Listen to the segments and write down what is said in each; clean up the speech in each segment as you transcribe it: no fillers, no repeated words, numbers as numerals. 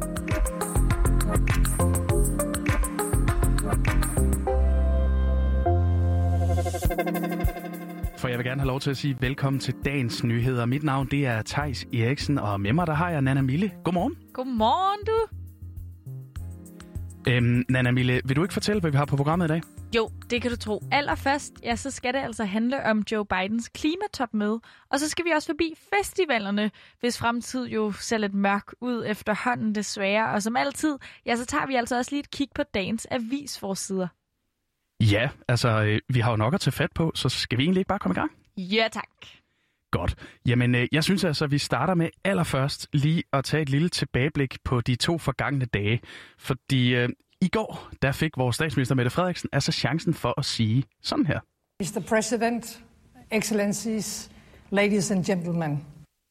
For jeg vil gerne have lov til at sige velkommen til dagens nyheder. Mit navn det er Theis Eriksen, og med mig der har jeg Nana Mille. Godmorgen. Godmorgen, du. Nana Mille, vil du ikke fortælle, hvad vi har på programmet i dag? Jo, det kan du tro. Allerførst, ja, så skal det altså handle om Joe Bidens klimatopmøde. Og så skal vi også forbi festivalerne, hvis fremtid jo ser lidt mørk ud efterhånden desværre. Og som altid, ja, så tager vi altså også lige et kig på dagens avisforsider. Ja, altså, vi har jo nok at tage fat på, så skal vi egentlig ikke bare komme i gang? Ja, tak. Godt. Jamen, jeg synes altså, at vi starter med allerførst lige at tage et lille tilbageblik på de 2 forgangne dage. Fordi i går, der fik vores statsminister Mette Frederiksen altså chancen for at sige sådan her. Mr. President, Excellencies, ladies and gentlemen.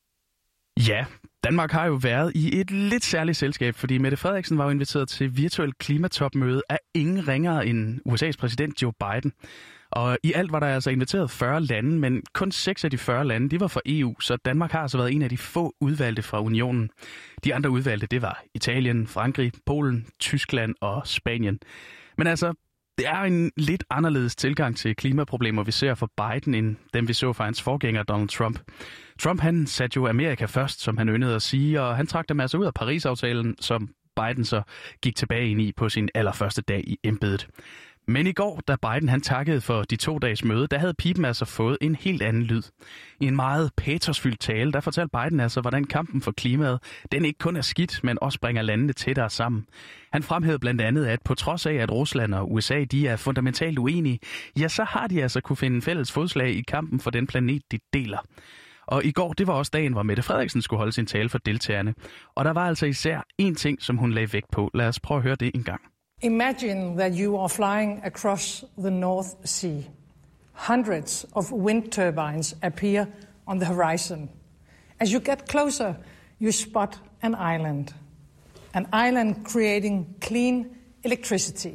Ja, Danmark har jo været i et lidt særligt selskab, fordi Mette Frederiksen var jo inviteret til virtuelt klimatopmøde af ingen ringere end USA's præsident Joe Biden. Og i alt var der altså inviteret 40 lande, men kun 6 af de 40 lande, de var fra EU, så Danmark har altså været en af de få udvalgte fra unionen. De andre udvalgte, det var Italien, Frankrig, Polen, Tyskland og Spanien. Men altså, det er en lidt anderledes tilgang til klimaproblemer, vi ser for Biden, end dem vi så fra hans forgænger Donald Trump. Trump, han satte jo Amerika først, som han yndede at sige, og han trak dem altså ud af Paris-aftalen, som Biden så gik tilbage ind i på sin allerførste dag i embedet. Men i går, da Biden han takkede for de 2 dages møde, der havde pipen altså fået en helt anden lyd. I en meget patosfyldt tale, der fortalte Biden altså, hvordan kampen for klimaet, den ikke kun er skidt, men også bringer landene tættere sammen. Han fremhævede blandt andet, at på trods af, at Rusland og USA de er fundamentalt uenige, ja, så har de altså kunne finde fælles fodslag i kampen for den planet, de deler. Og i går, det var også dagen, hvor Mette Frederiksen skulle holde sin tale for deltagerne. Og der var altså især én ting, som hun lagde vægt på. Lad os prøve at høre det en gang. Imagine that you are flying across the North Sea. Hundreds of wind turbines appear on the horizon. As you get closer, you spot an island. An island creating clean electricity,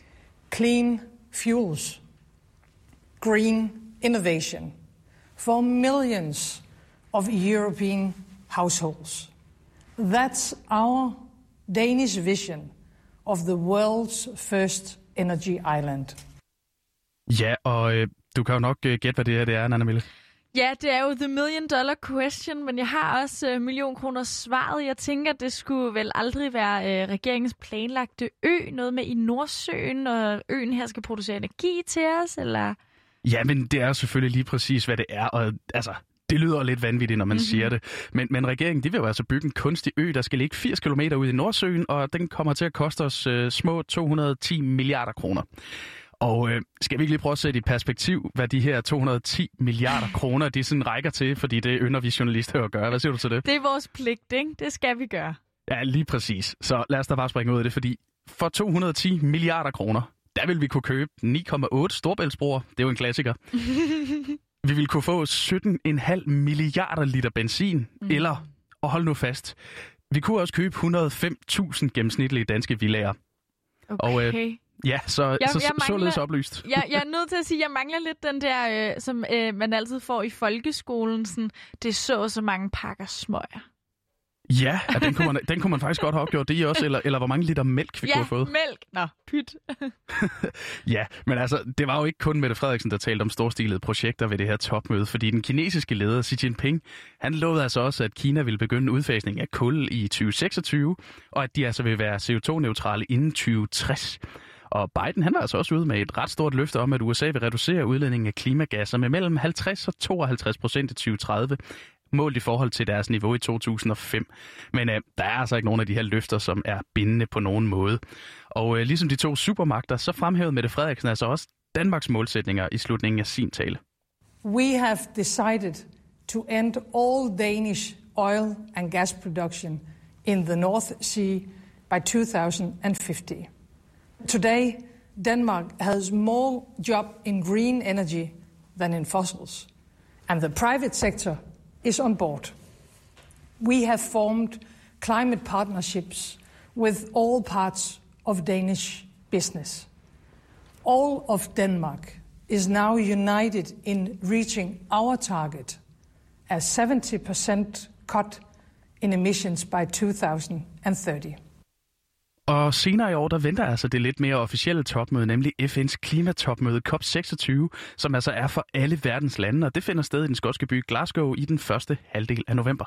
clean fuels, green innovation for millions of European households. That's our Danish vision of the world's first energy island. Ja, og du kan jo nok gætte, hvad det er, Nana Mille. Ja, det er jo the $1 million question, men jeg har også $1.000.000 svaret. Jeg tænker, det skulle vel aldrig være regeringens planlagte ø, noget med i Nordsøen, og øen her skal producere energi til os, eller? Ja, men det er selvfølgelig lige præcis, hvad det er, og altså, det lyder lidt vanvittigt, når man siger det. Men regeringen, de vil jo altså bygge en kunstig ø, der skal ligge 80 kilometer ud i Nordsøen, og den kommer til at koste os små 210 milliarder kroner. Og skal vi ikke lige prøve at sætte i perspektiv, hvad de her 210 milliarder kroner, de sådan rækker til, fordi det ynder vi journalister at gøre. Hvad siger du til det? Det er vores pligt, ikke? Det skal vi gøre. Ja, lige præcis. Så lad os da bare springe ud af det, fordi for 210 milliarder kroner, der vil vi kunne købe 9,8 storbæltsbroer. Det er jo en klassiker. Vi vil kunne få 17,5 milliarder liter benzin, eller, og hold nu fast, vi kunne også købe 105.000 gennemsnitlige danske villager. Okay. Og ja, således oplyst. Jeg er nødt til at sige, at jeg mangler lidt den der, som man altid får i folkeskolen, sådan, det så mange pakker smøger. Ja, den kunne man faktisk godt have opgjort det i også, eller hvor mange liter mælk vi kunne have fået. Ja, mælk. Nå, pyt. Ja, men altså, det var jo ikke kun Mette Frederiksen, der talte om storstilede projekter ved det her topmøde, fordi den kinesiske leder Xi Jinping, han lovede altså også, at Kina ville begynde udfasning af kul i 2026, og at de altså vil være CO2-neutrale inden 2060. Og Biden, han var altså også ude med et ret stort løfte om, at USA vil reducere udledningen af klimagasser med mellem 50 og 52% i 2030, målt i forhold til deres niveau i 2005. Men der er altså ikke nogen af de her løfter, som er bindende på nogen måde. Og ligesom de 2 supermagter, så fremhævede Mette Frederiksen altså også Danmarks målsætninger i slutningen af sin tale. We have decided to end all Danish oil and gas production in the North Sea by 2050. Today, Denmark has more job in green energy than in fossils, and the private sector is on board. We have formed climate partnerships with all parts of Danish business. All of Denmark is now united in reaching our target, a 70% cut in emissions by 2030. Og senere i år, der venter altså det lidt mere officielle topmøde, nemlig FN's klimatopmøde COP26, som altså er for alle verdens lande, og det finder sted i den skotske by Glasgow i den første halvdel af november.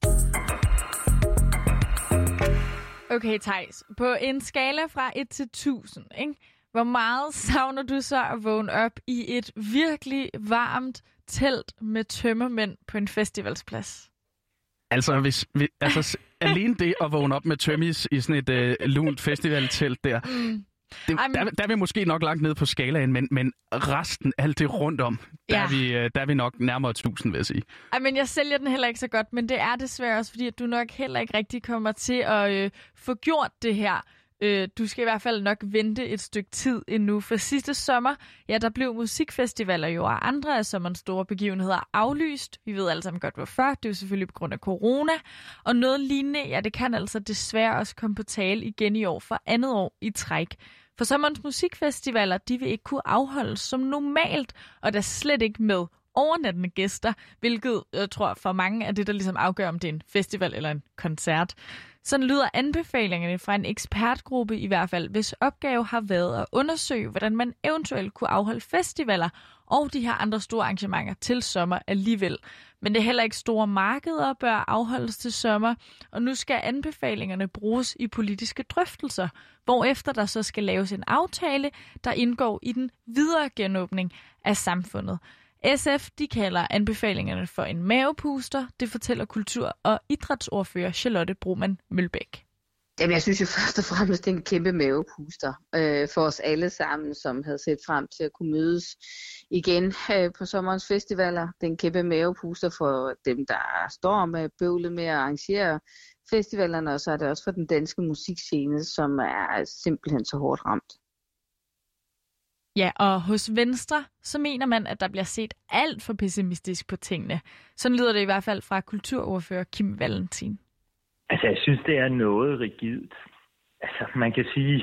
Okay, Theis. På en skala fra 1 til 1000, ikke? Hvor meget savner du så at vågne op i et virkelig varmt telt med tømmermænd på en festivalsplads? Altså, alene det at vågne op med tømmis i sådan et lunt festivaltelt der, der er vi måske nok langt ned på skalaen, men resten, alt det rundt om, der er vi nok nærmere 1000, vil jeg sige. Men jeg sælger den heller ikke så godt, men det er desværre også, fordi at du nok heller ikke rigtig kommer til at få gjort det her. Du skal i hvert fald nok vente et stykke tid endnu, for sidste sommer, der blev musikfestivaler jo og andre af sommerens store begivenheder aflyst. Vi ved alle sammen godt hvorfor, det er jo selvfølgelig på grund af corona. Og noget lignende, det kan altså desværre også komme på tale igen i år for andet år i træk. For sommerens musikfestivaler, de vil ikke kunne afholdes som normalt, og der slet ikke med overnattende gæster, hvilket jeg tror for mange er det, der ligesom afgør, om det er en festival eller en koncert. Sådan lyder anbefalingerne fra en ekspertgruppe i hvert fald, hvis opgave har været at undersøge, hvordan man eventuelt kunne afholde festivaler og de her andre store arrangementer til sommer alligevel. Men det er heller ikke store markeder, bør afholdes til sommer, og nu skal anbefalingerne bruges i politiske drøftelser, hvorefter der så skal laves en aftale, der indgår i den videre genåbning af samfundet. SF, de kalder anbefalingerne for en mavepuster, det fortæller kultur- og idrætsordfører Charlotte Broman Mølbæk. Jamen, jeg synes jo først og fremmest, det er en kæmpe mavepuster for os alle sammen, som havde set frem til at kunne mødes igen på sommerens festivaler. Det er en kæmpe mavepuster for dem, der står med bøvlet med at arrangere festivalerne, og så er det også for den danske musikscene, som er simpelthen så hårdt ramt. Ja, og hos Venstre, så mener man, at der bliver set alt for pessimistisk på tingene. Sådan lyder det i hvert fald fra kulturordfører Kim Valentin. Altså, jeg synes, det er noget rigidt. Altså, man kan sige,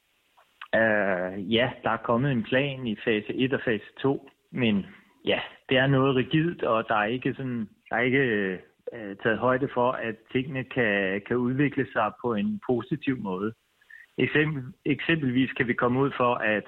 der er kommet en plan i fase 1 og fase 2, men ja, det er noget rigidt, og der er ikke taget højde for, at tingene kan udvikle sig på en positiv måde. Eksempelvis kan vi komme ud for, at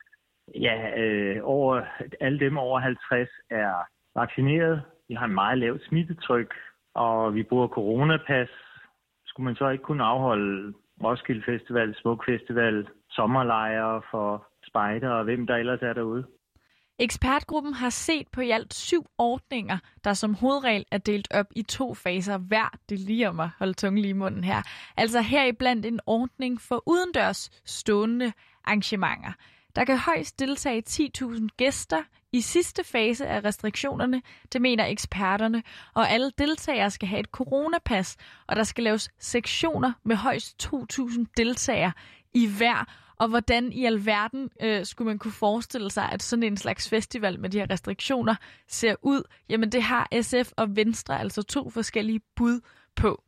alle dem over 50 er vaccineret. Vi har en meget lavt smittetryk, og vi bruger coronapas. Skulle man så ikke kunne afholde Roskilde Festival, Smuk Festival, sommerlejre for spejder og hvem der ellers er derude? Ekspertgruppen har set på i alt 7 ordninger, der som hovedregel er delt op i 2 faser hver. Det er lige om at holde tungen lige i munden her. Altså heriblandt en ordning for udendørs stående arrangementer. Der kan højst deltage 10.000 gæster i sidste fase af restriktionerne, det mener eksperterne, og alle deltagere skal have et coronapas, og der skal laves sektioner med højst 2.000 deltagere i hver. Og hvordan i alverden skulle man kunne forestille sig, at sådan en slags festival med de her restriktioner ser ud? Jamen det har SF og Venstre altså 2 forskellige bud på.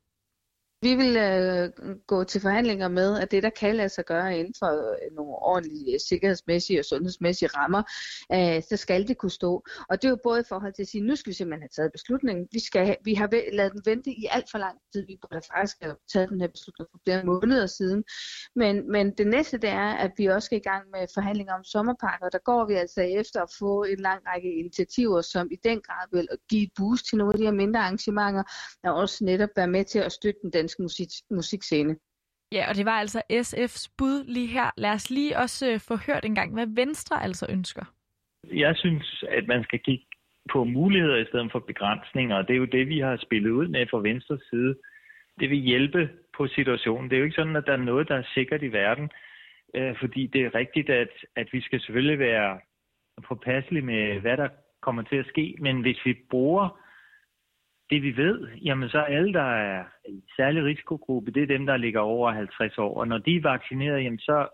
Vi vil gå til forhandlinger med, at det, der kan lade sig gøre inden for nogle ordentlige sikkerhedsmæssige og sundhedsmæssige rammer, så skal det kunne stå. Og det er jo både i forhold til at sige, nu skal vi simpelthen have taget beslutningen. Vi har ladet den vente i alt for lang tid. Vi burde faktisk have taget den her beslutning for flere måneder siden. Men det næste, det er, at vi også skal i gang med forhandlinger om sommerpakker. Der går vi altså efter at få en lang række initiativer, som i den grad vil give et boost til nogle af de her mindre arrangementer, og også netop være med til at støtte den danske musikscene. Ja, og det var altså SF's bud lige her. Lad os lige også få hørt en gang, hvad Venstre altså ønsker. Jeg synes, at man skal kigge på muligheder i stedet for begrænsninger, og det er jo det, vi har spillet ud med fra Venstres side. Det vil hjælpe på situationen. Det er jo ikke sådan, at der er noget, der er sikkert i verden, fordi det er rigtigt, at vi skal selvfølgelig være påpasselige med, hvad der kommer til at ske, men hvis vi bruger det vi ved, jamen så alle, der er i særlig risikogruppe, det er dem, der ligger over 50 år. Og når de er vaccineret, jamen så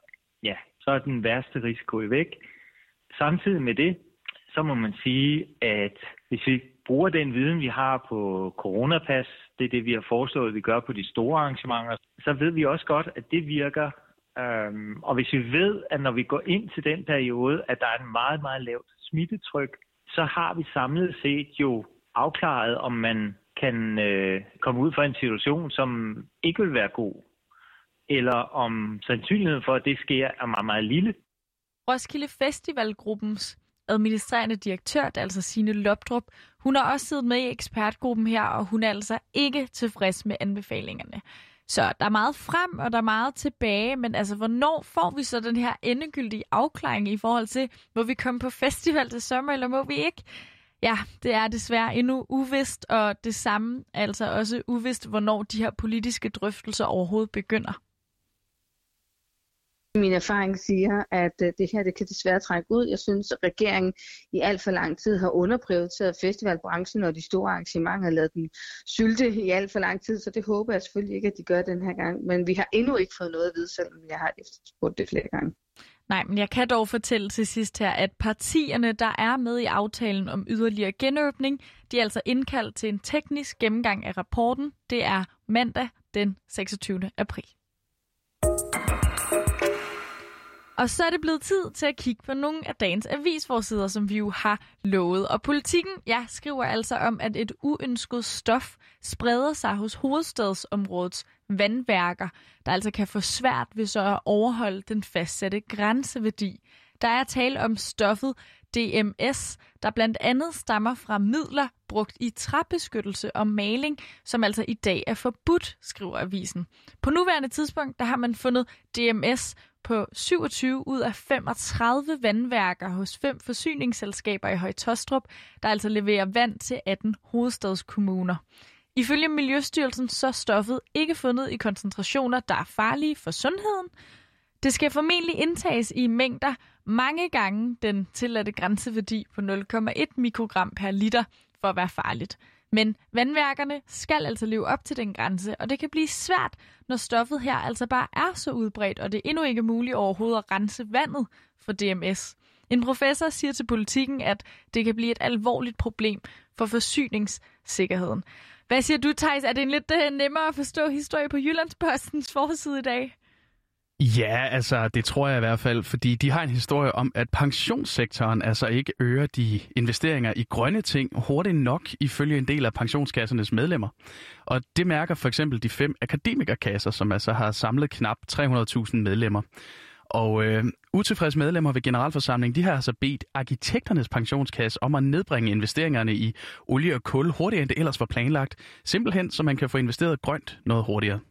er den værste risiko væk. Samtidig med det, så må man sige, at hvis vi bruger den viden, vi har på coronapas, det er det, vi har foreslået, vi gør på de store arrangementer, så ved vi også godt, at det virker. Og hvis vi ved, at når vi går ind til den periode, at der er en meget, meget lavt smittetryk, så har vi samlet set jo afklaret, om man kan komme ud for en situation, som ikke vil være god, eller om sandsynligheden for, at det sker, er meget, meget lille. Roskilde Festivalgruppens administrerende direktør, altså Signe Lobdrup, hun har også siddet med i ekspertgruppen her, og hun er altså ikke tilfreds med anbefalingerne. Så der er meget frem, og der er meget tilbage, men altså, hvornår får vi så den her endegyldige afklaring i forhold til, må vi komme på festival til sommer, eller må vi ikke? Ja, det er desværre endnu uvist, og det samme altså også uvist, hvornår de her politiske drøftelser overhovedet begynder. Min erfaring siger, at det her det kan desværre trække ud. Jeg synes, at regeringen i alt for lang tid har underprioriteret festivalbranchen, og de store arrangementer har lavet den sylte i alt for lang tid, så det håber jeg selvfølgelig ikke, at de gør den her gang. Men vi har endnu ikke fået noget at vide, selvom jeg har efterspurgt det flere gange. Nej, men jeg kan dog fortælle til sidst her, at partierne, der er med i aftalen om yderligere genåbning, de er altså indkaldt til en teknisk gennemgang af rapporten. Det er mandag den 26. april. Og så er det blevet tid til at kigge på nogle af dagens avisforsider, som vi jo har lovet. Og Politikken, skriver altså om, at et uønsket stof spreder sig hos hovedstadsområdets vandværker, der altså kan få svært ved så at overholde den fastsatte grænseværdi. Der er tale om stoffet DMS, der blandt andet stammer fra midler brugt i træbeskyttelse og maling, som altså i dag er forbudt, skriver avisen. På nuværende tidspunkt, der har man fundet DMS på 27 ud af 35 vandværker hos 5 forsyningsselskaber i Høje-Taastrup, der altså leverer vand til 18 hovedstadskommuner. Ifølge Miljøstyrelsen så er stoffet ikke fundet i koncentrationer, der er farlige for sundheden. Det skal formentlig indtages i mængder mange gange den tilladte grænseværdi på 0,1 mikrogram per liter for at være farligt. Men vandværkerne skal altså leve op til den grænse, og det kan blive svært, når stoffet her altså bare er så udbredt, og det endnu ikke er muligt overhovedet at rense vandet for DMS. En professor siger til Politikken, at det kan blive et alvorligt problem for forsyningssikkerheden. Hvad siger du, Theis? Er det en lidt nemmere at forstå historie på Jyllandspostens forside i dag? Ja, altså det tror jeg i hvert fald, fordi de har en historie om, at pensionssektoren altså ikke øger de investeringer i grønne ting hurtigt nok ifølge en del af pensionskassernes medlemmer. Og det mærker for eksempel de 5 akademikerkasser, som altså har samlet knap 300.000 medlemmer. Og utilfredse medlemmer ved generalforsamlingen, de har altså bedt arkitekternes pensionskasse om at nedbringe investeringerne i olie og kul hurtigere, end det ellers var planlagt. Simpelthen, så man kan få investeret grønt noget hurtigere.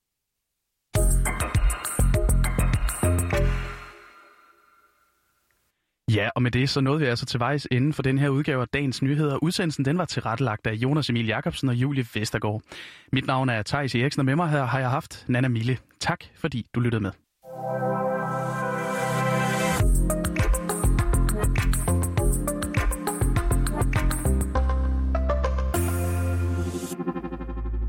Ja, og med det så nåede vi altså til vejs inden for den her udgave af Dagens Nyheder. Udsendelsen den var tilrettelagt af Jonas Emil Jacobsen og Julie Vestergaard. Mit navn er Theis Eriksen, og med mig her har jeg haft Nana Mille. Tak fordi du lyttede med.